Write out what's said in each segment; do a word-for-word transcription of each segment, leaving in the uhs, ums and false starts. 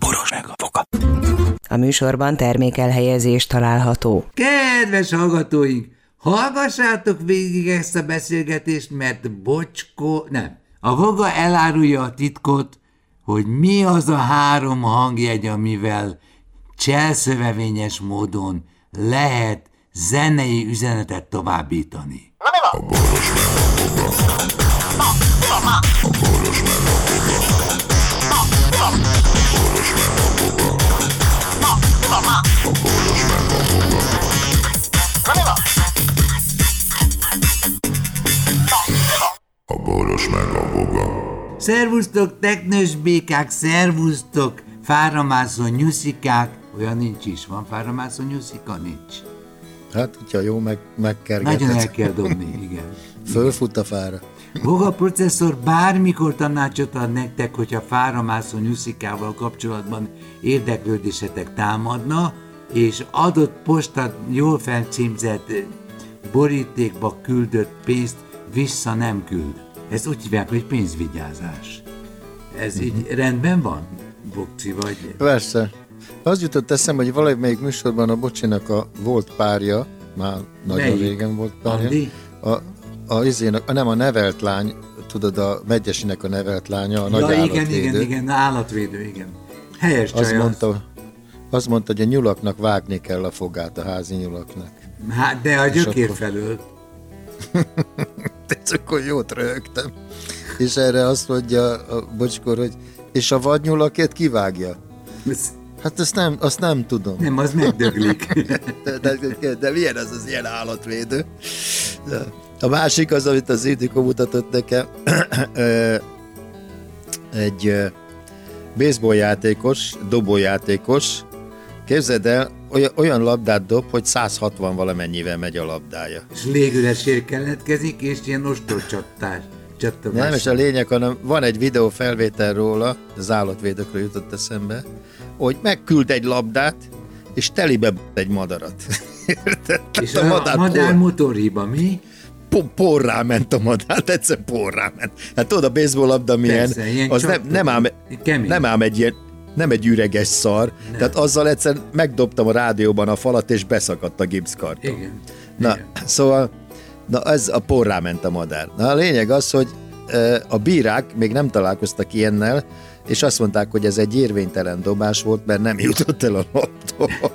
Boros meg a Foka. A műsorban termékelhelyezés található. Kedves hallgatóink, hallgassátok végig ezt a beszélgetést, mert Bocskor... Nem, a Voga elárulja a titkot, hogy mi az a három hangjegy, amivel cselszövevényes módon lehet zenei üzenetet továbbítani. Na mi van? A Boros meg a Foga. Na, mi van már? A Boros meg a Foga. Na, mi van? A Boros meg a Foga. Na, mi van már? A Boros meg a Foga. Na mi van? Na, mi van? A Boros meg a Foga. Szervusztok, teknős békák, szervusztok, fáramászó nyuszikák. Olyan nincs is, van fáramászó nyuszika? Nincs. Hát, hogyha jó, meg, megkergetett. Nagyon el kell dobni, igen. Fölfut a fára. Voga processzor bármikor tanácsot ad nektek, hogyha fáramászó nyuszikával kapcsolatban érdeklődésetek támadna, és adott postát jól felcímzett borítékba küldött pénzt vissza nem küld. Ezt úgy hívják, hogy pénzvigyázás. Ez uh-huh. így rendben van, Bokci, vagy? Persze. Az jutott eszembe, hogy valamelyik műsorban a Bocsinak a volt párja, már nagyon Melyik? régen volt párja. A, a, izének, nem a nevelt lány, tudod, a Megyesinek a nevelt lánya, a ja, nagy igen, állatvédő. igen, igen, állatvédő, igen. Helyes csaj azt az. mondta, azt mondta, hogy a nyulaknak vágni kell a fogát, a házi nyulaknak. Hát, de a gyökér akkor... felől. Ez akkor jót röhögtem. És erre azt mondja a Bocskor, hogy és a vadnyulakét kivágja? Hát azt nem, azt nem tudom. Nem, az megdöglik. de, de, de, de milyen az az ilyen állatvédő? De a másik az, amit az Ildikó mutatott nekem, egy baseballjátékos, dobójátékos, képzeld el, olyan, olyan labdát dob, hogy száz hatvan valamennyivel megy a labdája. És légüresért keletkezik, és ilyen ostorcsattás. Nem, és a lényeg, hanem van egy videó felvétel róla, az állatvédőkről jutott eszembe, hogy megküld egy labdát, és telibe b*** egy madarat. És a, a madár, madár motorhiba, mi? Porrá ment a madár, egyszer porrá ment. Hát tudod, a baseball labda milyen, Persze, az nem, nem, ám, nem ám egy ilyen, nem egy üreges szar, nem. Tehát azzal egyszer megdobtam a rádióban a falat, és beszakadt a gipszkarton. Igen. Na, Igen. szóval, na ez a porrá ment a madár. Na a lényeg az, hogy a bírák még nem találkoztak ilyennel, és azt mondták, hogy ez egy érvénytelen dobás volt, mert nem jutott el a labda.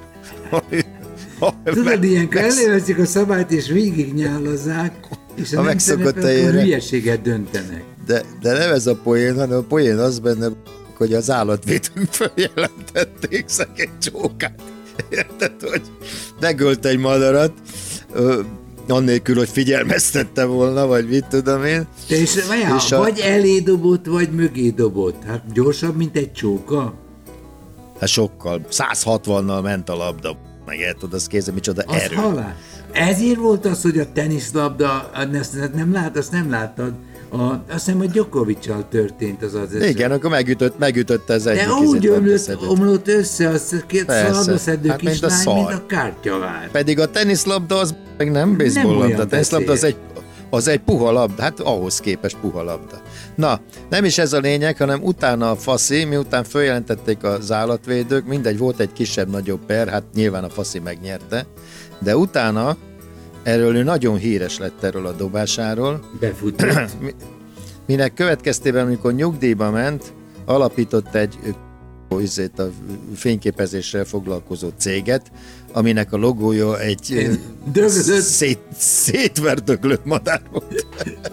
Tudod, ilyenkor előveszik a szabályt, és végignyálazzák, és a, a nem szerepel, hülyeséget döntenek. De, de nem ez a poén, hanem a poén az benne, hogy az állatvédők feljelentették szegény csókát. Érted, hogy megölt egy madarat, ö, annélkül, hogy figyelmeztette volna, vagy mit tudom én. De és, és a... vagy elé dobott, vagy mögé dobott. Hát gyorsabb, mint egy csóka? Hát sokkal. száz hatvannal ment a labda. Meg el tudod, azt kézzel, micsoda az erő. Halál. Ezért volt az, hogy a teniszlabda, azt nem, lát, azt nem láttad, a, azt hiszem, hogy Djokovic-sal történt az az eset. Igen, akkor megütött, megütötte az egyik. De úgy ömlött, omlott össze az két szaldószedő hát, kislány, mint a, mint a kártyavár. Pedig a teniszlabda az meg nem baseball labda. A teniszlabda az egy, az egy puha labda, hát ahhoz képest puha labda. Na, nem is ez a lényeg, hanem utána a faszi, miután följelentették az állatvédők, mindegy, volt egy kisebb-nagyobb per, hát nyilván a faszi megnyerte, de utána erről ő nagyon híres lett erről a dobásáról. Befutott. Minek következtében, amikor nyugdíjba ment, alapított egy a fényképezéssel foglalkozó céget, aminek a logója egy szét, szétverdöglött madár volt.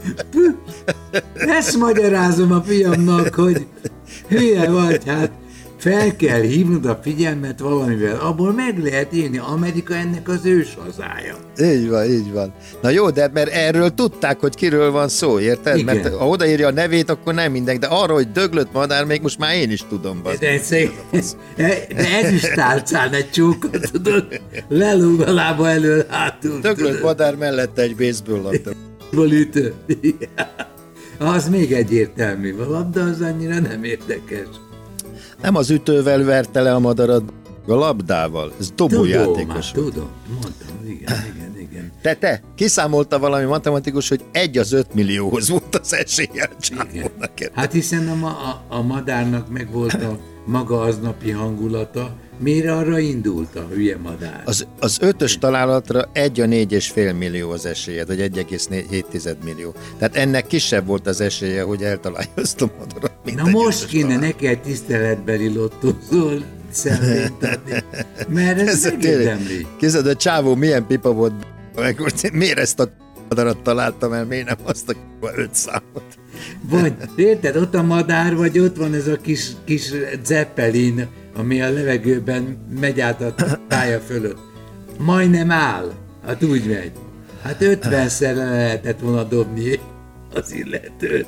Ezt magyarázom a fiamnak, hogy hülye vagy, hát fel kell hívnod a figyelmet valamivel, abból meg lehet élni. Amerika ennek az ős hazája. Így van, így van. Na jó, de mert erről tudták, hogy kiről van szó, érted? Igen. Mert ha odaírja a nevét, akkor nem mindenki, de arról, hogy döglött madár, még most már én is tudom. De, de, de ez is tálcán egy csókot, tudod? Lelúg a lába elől hátul. Döglött madár mellette egy baseball labda. Ütő. Az még egyértelmű. A labda az annyira nem érdekes. Nem az ütővel verte le a madarat, a labdával. Ez dobójátékos. Tudom, tudom, mondtam, igen, igen, igen. Te, te, kiszámolta valami matematikus, hogy egy az öt millióhoz volt volt az esélye a csávónak. Hát hiszen a, a, a madárnak meg volt a maga aznapi hangulata, miért arra indult a hülye madár? Az, az ötös találatra egy a négy és fél millió az esélye, vagy egy egész hét millió. Tehát ennek kisebb volt az esélye, hogy eltalálja ezt a madarat. Na most kéne talál. Neki tiszteletbeli lottózól szemlényt adni, mert ez megérdemli. Képzeld, a csávó milyen pipa volt, amikor miért ezt a madarat találtam el, miért nem azt a öt számot. Vagy, érted, ott a madár, vagy ott van ez a kis, kis zeppelin, ami a levegőben megy át a pálya fölött. Majdnem áll, hát úgy megy. Hát ötvenszer le lehetett volna dobni az illetőt.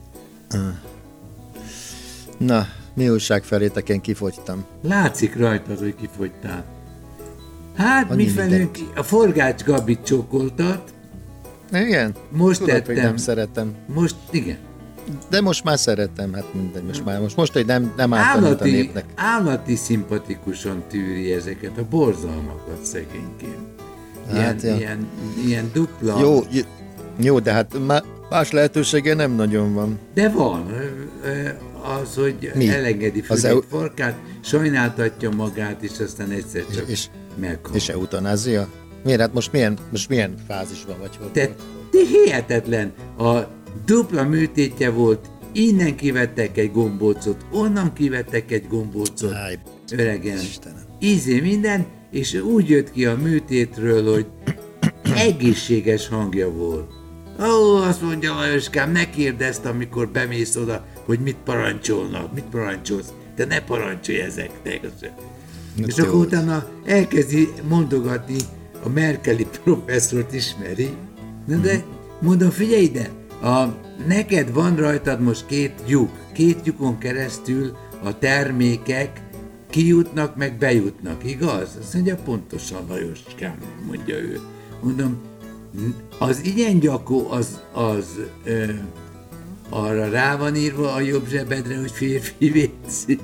Na, mi újság felétek, én kifogytam. Látszik rajtad, hogy kifogytál. Hát mi felünk a Forgács Gabit csókoltat. Igen? Most Tudod, tettem. hogy nem szeretem. Most, igen. De most már szeretem, hát mindegy, most már, most, most hogy nem, nem álltam a népnek. Állati szimpatikusan tűri ezeket a borzalmakat szegényként. Ilyen, hát, ja. ilyen, ilyen dupla. Jó, jó, de hát más lehetősége nem nagyon van. De van. Az, hogy Mi? elengedi föl egy farkát, sajnáltatja magát, és aztán egyszer csak és, meghal. És eutanázia? Miért? Hát most milyen, most milyen fázisban vagy? Te, te hihetetlen. A dupla műtétje volt, innen kivettek egy gombócot, onnan kivettek egy gombócot. Áj, öregen. Istenem. Ízé minden, és úgy jött ki a műtétről, hogy egészséges hangja volt. Ó, azt mondja Lajoskám, ne kérdezd, amikor bemész oda, hogy mit parancsolnak, mit parancsolsz. Te ne parancsolj ezeknek. És akkor utána elkezdi mondogatni, a Merkeli professzort ismeri. Na de mondom, figyelj ide, a, neked van rajtad most két lyuk, két lyukon keresztül a termékek kijutnak, meg bejutnak, igaz? Azt mondja, pontosan, Lajoskám, mondja ő. Mondom, az igyengyakó az, az ö, arra rá van írva a jobb zsebedre, hogy férfi vécé.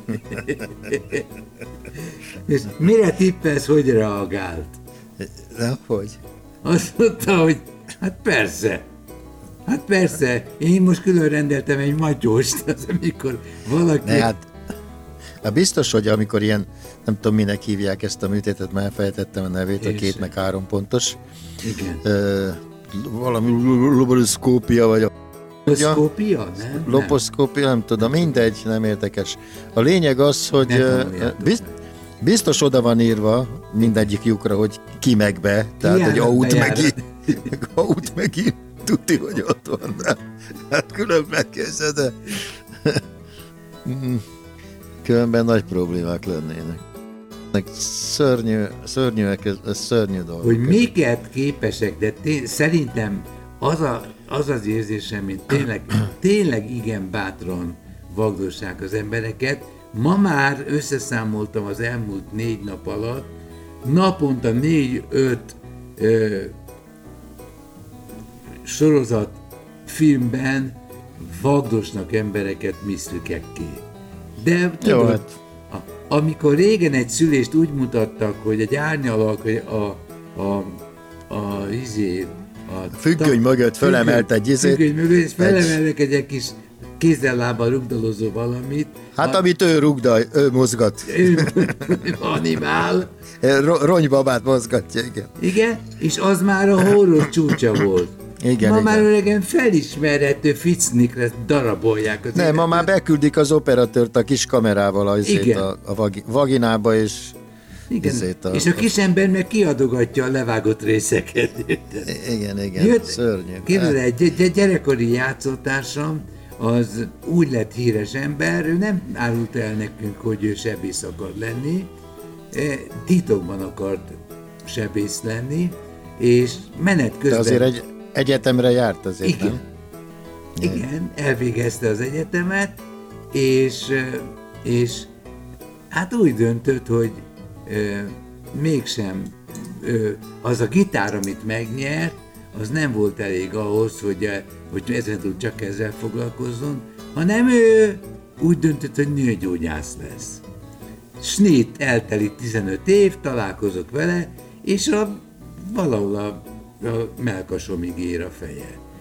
És mire tippelsz, hogy reagált? De hogy? Azt mondta, hogy hát persze. Hát persze, én most külön rendeltem egy matyóst, az amikor valaki... Ne, hát, hát biztos, hogy amikor ilyen, nem tudom, minek hívják ezt a műtétet, már elfelejtettem a nevét, a két meg három pontos. Igen. Ö, valami loboszkópia, vagy a... Loboszkópia? Nem? Loboszkópia, nem tudom, mindegy, nem érdekes. A lényeg az, hogy bizt, biztos oda van írva mindegyik lyukra, hogy ki meg be, tehát hogy out megi, out megi, tudti, hogy ott van, de hát különben kezdve, de különben nagy problémák lennének. Szörnyű, szörnyűek, ez szörnyű dolgok. Hogy miket képesek, de té- szerintem az, a, az az érzésem, mint tényleg, tényleg igen bátran vagdossák az embereket. Ma már összeszámoltam az elmúlt négy nap alatt, naponta négy-öt sorozat filmben vagdosnak embereket miszlikekké. De tudod, hát. a, amikor régen egy szülést úgy mutattak, hogy egy árnyalak a, a, a, a, izé, a függöny ta, mögött fölemelt egy izét. Függöny mögött, és felemelnek egy, egy kis kézzel-lábbal rugdalozó valamit. Hát a, amit ő rugdal, ő mozgat. Ő animál. Ronybabát mozgatja, igen. Igen, és az már a horror csúcsa volt. Igen, ma igen. már öregen felismerhető ficnikre darabolják. Az nem, életet. Ma már beküldik az operatőrt a kis kamerával az a, a vag, vaginába, és igen. A, és a kis ember meg kiadogatja a levágott részeket. Igen, igen, Jött, szörnyű. Képzeld, egy, egy gyerekkori játszótársam, az úgy lett híres ember, ő nem árult el nekünk, hogy ő sebész akar lenni, titokban akart sebész lenni, és menet közben... De azért egy egyetemre járt azért, igen, nem? Igen, elvégezte az egyetemet, és, és hát úgy döntött, hogy ö, mégsem ö, az a gitár, amit megnyert, az nem volt elég ahhoz, hogy, hogy ezentúl csak ezzel foglalkozzon, hanem ő úgy döntött, hogy nőgyógyász lesz. Snit eltelik tizenöt év, találkozok vele, és a, valahol a, a mellkasomig ér a feje.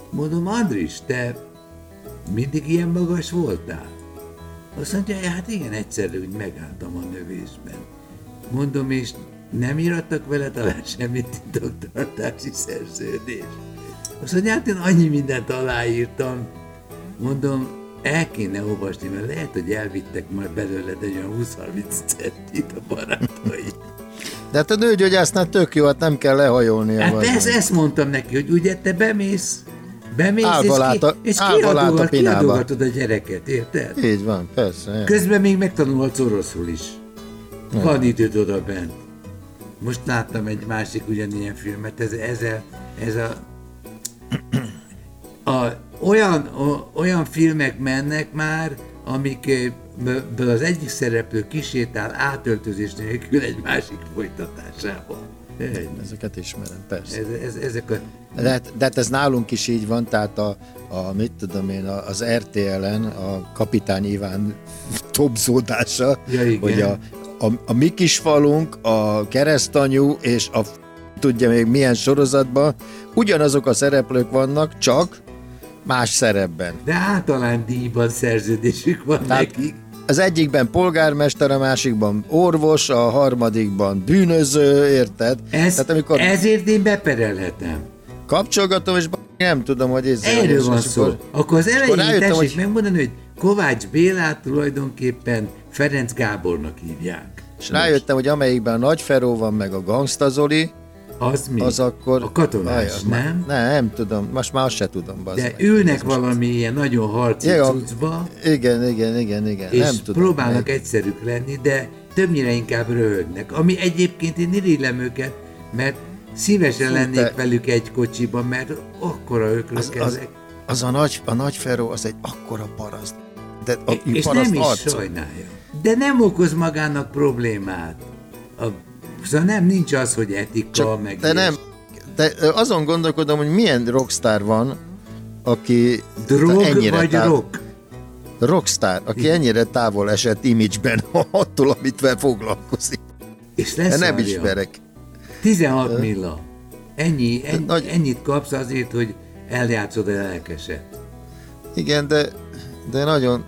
Mondom, Andris, te mindig ilyen magas voltál? Azt mondja, hát igen, egyszer úgy megálltam a növésben. Mondom, és nem írattak vele talán semmit titoktartási szerződést? Azt mondja, hát én annyi mindent aláírtam. Mondom, el kéne olvasni, mert lehet, hogy elvittek majd belőled egy olyan húsz-harminc centit a barátai. De hát a nőgyógyásznál tök jó, hát nem kell lehajolnia. Hát ezt, ezt mondtam neki, hogy ugye te bemész, bemész és, ki, és kiadogat, kiadogatod a gyereket, érted? Így van, persze. Jön. Közben még megtanulhatsz oroszul is. Ja. Van időd oda bent. Most láttam egy másik ugyanilyen filmet, ez, ez, a, ez a, a olyan, o, olyan filmek mennek már, amikből az egyik szereplő kisétál átöltözés nélkül egy másik folytatásába. Ezeket ismerem, persze. Ez, ez, ezek a... de, de hát ez nálunk is így van, tehát a, a mit tudom én, az er té el-en a Kapitány Iván topzódása, ja, hogy a, a, a mi kis falunk, a Keresztanyú és a tudja még milyen sorozatban ugyanazok a szereplők vannak, csak más szerepben. De általán díjban szerződésük van tehát nekik. Az egyikben polgármester, a másikban orvos, a harmadikban bűnöző, érted? Ez, Tehát amikor ezért én beperelhetem. Kapcsolgatom, és nem tudom, hogy ez... Erről van szó. Akkor, akkor az elején tessék hogy... megmondani, hogy Kovács Bélát tulajdonképpen Ferenc Gábornak hívják. És most rájöttem, hogy amelyikben a Nagy Feró van, meg a Gangsta Zoli, az mi? Az akkor... A katonás, Aj, nem? Nem, nem tudom, most már azt se tudom. De meg. Ülnek valami ilyen nagyon harci ja, cuccba. Igen, igen, igen, igen. És nem tudom, próbálnak meg. egyszerűk lenni, de többnyire inkább röhögnek. Ami egyébként én irigylem őket, mert szívesen Fú, lennék te... velük egy kocsiban, mert akkora öklök az, ezek. Az, az a nagy, a nagy Feró, az egy akkora paraszt. De a, és paraszt nem is arcol. sajnálja. De nem okoz magának problémát. A Szóval nem, nincs az, hogy etika, Csak meg... De nem, de azon gondolkodom, hogy milyen rockstar van, aki Drog ennyire vagy táv... rock? Rockstar, aki Igen. ennyire távol esett image-ben attól, amit vel foglalkozik. És lesz nem ismerek. tizenhat milla. Ennyi, ennyi, Nagy... ennyit kapsz azért, hogy eljátszod a lelkeset. Igen, de, de nagyon...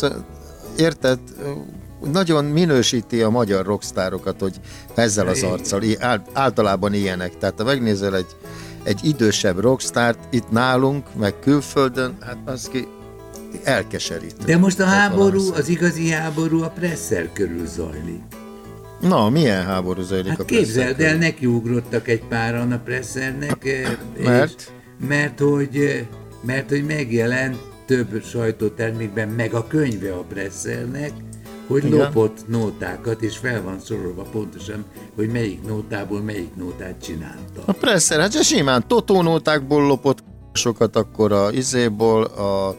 Érted? Nagyon minősíti a magyar rockstárokat, hogy ezzel az arccal, általában ilyenek. Tehát ha megnézel egy, egy idősebb rockstárt itt nálunk, meg külföldön, hát az ki elkeserít. De most a háború, az igazi háború a Presszer körül zajlik. Na, milyen háború zajlik hát a Presszer képzeld el, nekiugrottak egy páran a Pressernek, mert? mert, hogy, mert hogy megjelent több sajtótermékben, meg a könyve a Pressernek, hogy Igen. lopott nótákat, és fel van sorolva pontosan, hogy melyik nótából melyik nótát csinálta. A Presser, hát simán Totó nótákból lopott sokat, akkor a izéból, a,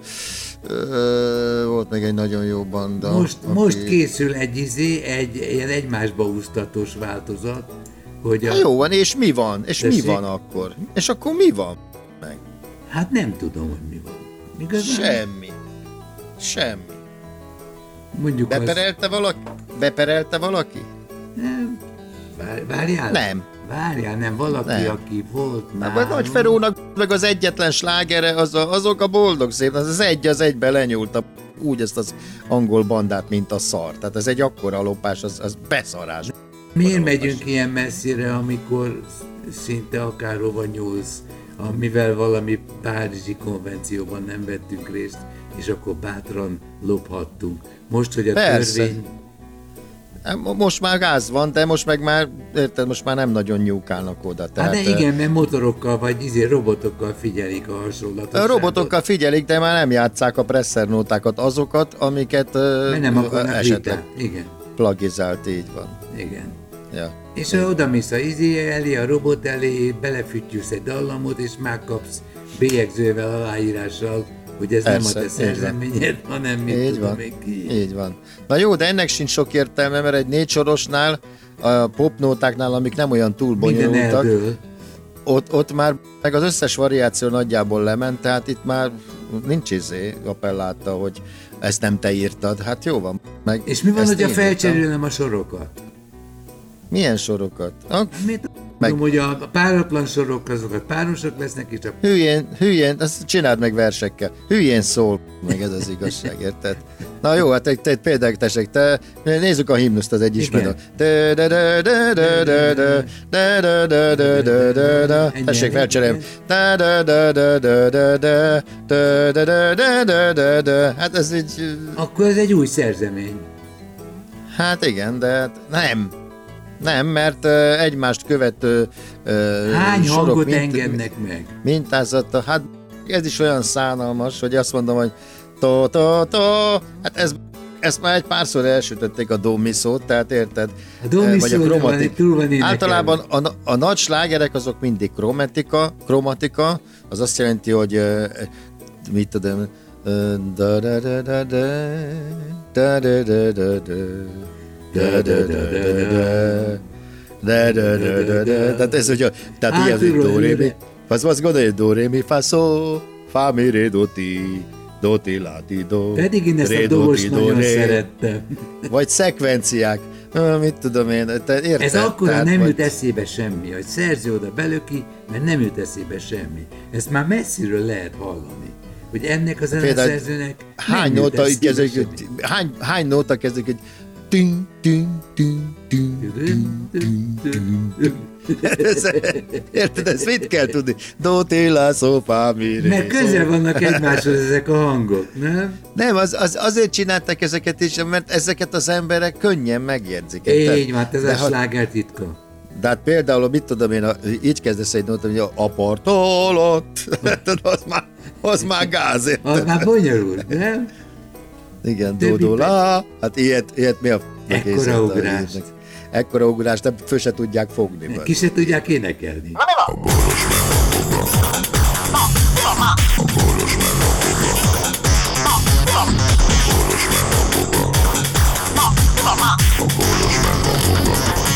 ö, volt még egy nagyon jó banda. Most, aki... most készül egy izé, egy ilyen egymásba úsztatós változat, hogy a... Hát jó van, és mi van? És Tessék? mi van akkor? És akkor mi van? Meg? Hát nem tudom, hogy mi van. Igazán? Semmi. Semmi. Mondjuk Beperelte az... valaki? Beperelte valaki? Nem. Vár, várjál? Nem. Várjál, nem. Valaki, nem. aki volt már. Vagy Nagy Ferónak meg az egyetlen slágere, az a, azok a boldog szép, az, az egy az egybe lenyúlt a, úgy ezt az angol bandát, mint a szar. Tehát ez egy akkora lopás, az, az beszarás. Miért megyünk ilyen messzire, amikor szinte akárhova nyúlsz, amivel valami párizsi konvencióban nem vettünk részt, és akkor bátran lophattunk. Most, hogy a Persze. törvény... Most már gáz van, de most meg már, érted, most már nem nagyon nyúkálnak oda. Tehát, hát de igen, mert motorokkal vagy izé, robotokkal figyelik a hasonlatosságot. A robotokkal figyelik, de már nem játsszák a Presser nótákat, azokat, amiket nem esetleg igen. plagizált, így van. Igen. Ja. És ha odamész a izé elé, a robot elé, belefüttyülsz egy dallamot, és már kapsz bélyegzővel, aláírással, hogy ez Persze, nem a te szerzeményed, hanem mit így tudom van, még ki. Így van. Na jó, de ennek sincs sok értelme, mert egy négy sorosnál, a popnótáknál, amik nem olyan túl bonyolultak, ott, ott már meg az összes variáció nagyjából lement, tehát itt már nincs izé appelláta, hogy ezt nem te írtad. Hát jó van. Meg és mi van, hogyha felcserélem a sorokat? Milyen sorokat? Mit Meg... Tudom, hogy a páratlan sorok azokat párosok lesznek, és a... Hülyén, hülyén, azt csináld meg versekkel. Hülyén szól, meg ez az igazság, érted? Na jó, hát egy, egy példát tessék, te, nézzük a himnuszt, az egy ismerő. Tessék, felcserélem. Hát ez így... Akkor ez egy új szerzemény. Hát igen, de nem. Nem, mert uh, egymást követő uh, Hány sorok hangot mint, engednek meg? Mintázata, hát ez is olyan szánalmas, hogy azt mondom, hogy to, to, to, hát ez, ezt már egy párszor elsütötték a do mi szót, tehát érted? A do mi szó van, túl van énekelve. Általában a, a nagy slágerek azok mindig kromatika, kromatika, az azt jelenti, hogy uh, mit tudom, da da da da da da da da da da da da da da da. Tehát ez ugye, tehát ilyen, hogy do, ré, mi, azt azt gondolja, do, ré, mi, fa, szó, fa, mi, ré, do, ti, do, ti, la, ti, do. Pedig én ezt a dós nagyon szerettem. Vagy szekvenciák, mit tudom én, te érted? Ez akkor nem jut eszébe semmi, hogy szerző oda belöki, mert nem jut eszébe semmi. Ezt már messziről lehet hallani. Hogy ennek a zeneszerzőnek hány nóta kezdődik, hány, hány nóta kezdődik, hogy tün, tün, tün, tün, tün, tün, tün. Érted, ezt mit kell tudni? Do, ti, la, szó, fá, mi, ré, mert közel vannak egymáshoz ezek a hangok, nem? Nem, az, az, azért csinálták ezeket is, mert ezeket az emberek könnyen megjegyzik. Így van, ez de a sláger titka. De hát például, mit tudom én, így kezdesz egy nóta, hogy a partolott, az már, az már gáz, érted? Az már bonyolult, nem? Igen, dódolá, hát ilyet, ilyet mi a f***nak ekkora ugrás. Ekkora ugrás, de föl se tudják fogni. Ki se tudják énekelni. A boros meg a boga. A boros meg a boga. A boros meg a boga. A boros meg a boga.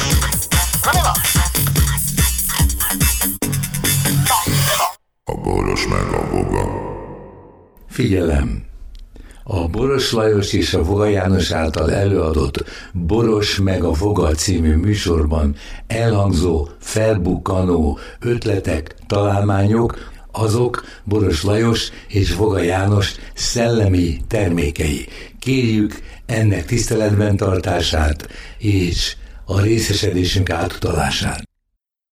A boros meg a boga. Figyelem! A Boros Lajos és a Voga János által előadott Boros meg a Voga című műsorban elhangzó, felbukkanó ötletek, találmányok, azok Boros Lajos és Voga János szellemi termékei. Kérjük ennek tiszteletben tartását és a részesedésünk átutalását.